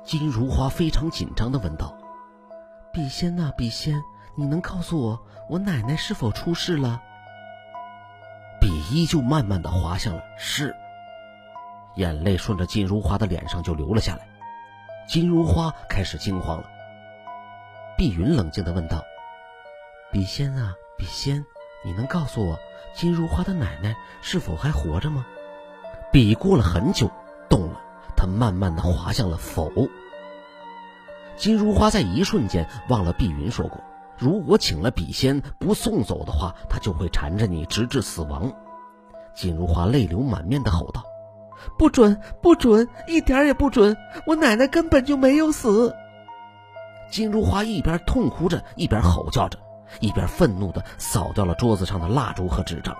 金如花非常紧张地问道：“笔仙啊，笔仙，你能告诉我奶奶是否出事了？”笔依旧慢慢地滑向了是，眼泪顺着金如花的脸上就流了下来。金如花开始惊慌了。碧云冷静地问道：“笔仙啊，笔仙，你能告诉我金如花的奶奶是否还活着吗？”笔过了很久动了，他慢慢地滑向了否。金如花在一瞬间忘了碧云说过，如果请了笔仙不送走的话，他就会缠着你直至死亡。金如花泪流满面地吼道：“不准，不准，一点也不准，我奶奶根本就没有死！”金如花一边痛哭着，一边吼叫着，一边愤怒地扫掉了桌子上的蜡烛和纸张。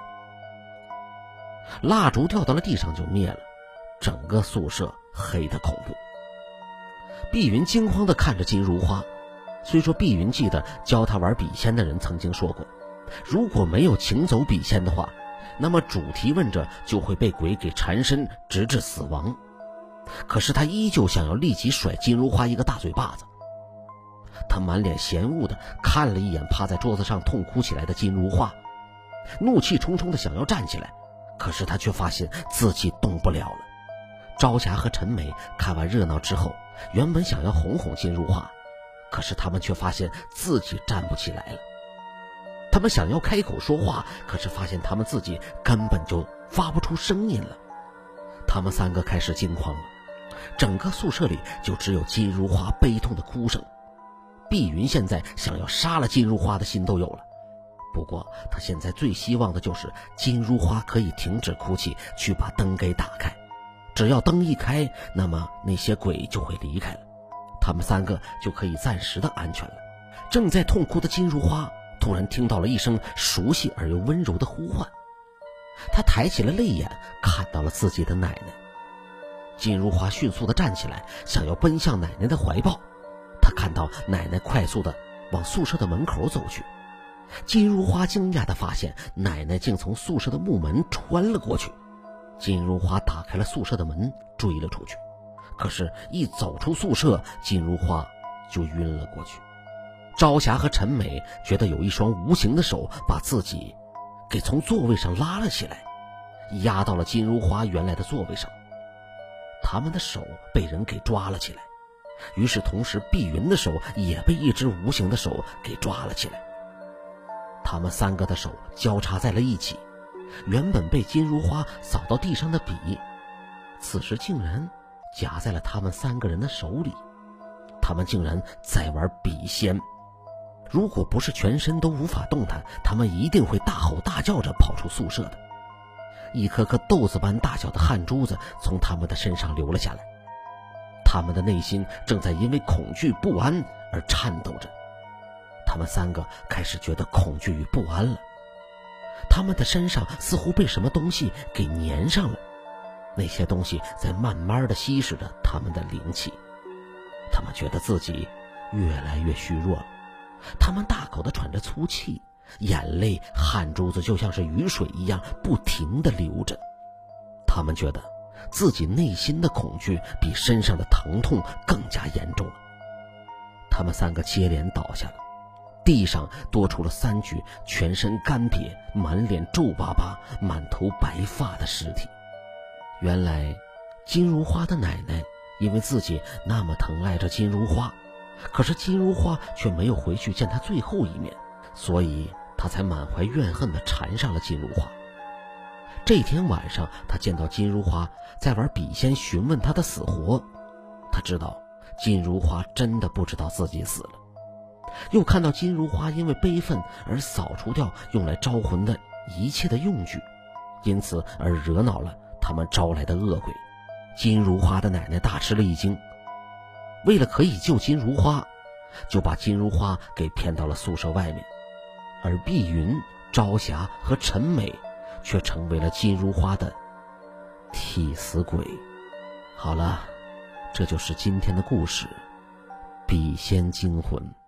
蜡烛掉到了地上就灭了，整个宿舍黑得恐怖。碧云惊慌地看着金如花，虽说碧云记得教她玩笔仙的人曾经说过，如果没有请走笔仙的话，那么主题问者就会被鬼给缠身直至死亡。可是他依旧想要立即甩金如花一个大嘴巴子。他满脸嫌恶地看了一眼趴在桌子上痛哭起来的金如花，怒气冲冲地想要站起来，可是他却发现自己动不了了。朝霞和陈梅看完热闹之后，原本想要哄哄金如花，可是他们却发现自己站不起来了。他们想要开口说话，可是发现他们自己根本就发不出声音了。他们三个开始惊慌了，整个宿舍里就只有金如花悲痛的哭声。碧云现在想要杀了金如花的心都有了，不过他现在最希望的就是金如花可以停止哭泣，去把灯给打开。只要灯一开，那么那些鬼就会离开了，他们三个就可以暂时的安全了。正在痛哭的金如花突然听到了一声熟悉而又温柔的呼唤，他抬起了泪眼，看到了自己的奶奶。金如花迅速地站起来，想要奔向奶奶的怀抱。他看到奶奶快速地往宿舍的门口走去，金如花惊讶地发现奶奶竟从宿舍的木门穿了过去。金如花打开了宿舍的门，追了出去，可是一走出宿舍，金如花就晕了过去。朝霞和陈美觉得有一双无形的手把自己给从座位上拉了起来，压到了金如花原来的座位上。他们的手被人给抓了起来，于是同时碧云的手也被一只无形的手给抓了起来。他们三个的手交叉在了一起，原本被金如花扫到地上的笔，此时竟然夹在了他们三个人的手里。他们竟然在玩笔仙，如果不是全身都无法动弹，他们一定会大吼大叫着跑出宿舍的。一颗颗豆子般大小的汗珠子从他们的身上流了下来，他们的内心正在因为恐惧不安而颤抖着。他们三个开始觉得恐惧与不安了，他们的身上似乎被什么东西给粘上了，那些东西在慢慢地稀释着他们的灵气。他们觉得自己越来越虚弱了，他们大口地喘着粗气，眼泪汗珠子就像是雨水一样不停地流着。他们觉得自己内心的恐惧比身上的疼痛更加严重了。他们三个接连倒下了，地上多出了3具全身干瘪、满脸皱巴巴、满头白发的尸体。原来金如花的奶奶因为自己那么疼爱着金如花，可是金如花却没有回去见她最后一面，所以她才满怀怨恨地缠上了金如花。这天晚上，他见到金如花在玩笔仙，询问她的死活。他知道金如花真的不知道自己死了，又看到金如花因为悲愤而扫除掉用来招魂的一切的用具，因此而惹恼了他们招来的恶鬼。金如花的奶奶大吃了一惊，为了可以救金如花，就把金如花给骗到了宿舍外面，而碧云、朝霞和陈美却成为了金如花的替死鬼。好了，这就是今天的故事，笔仙惊魂。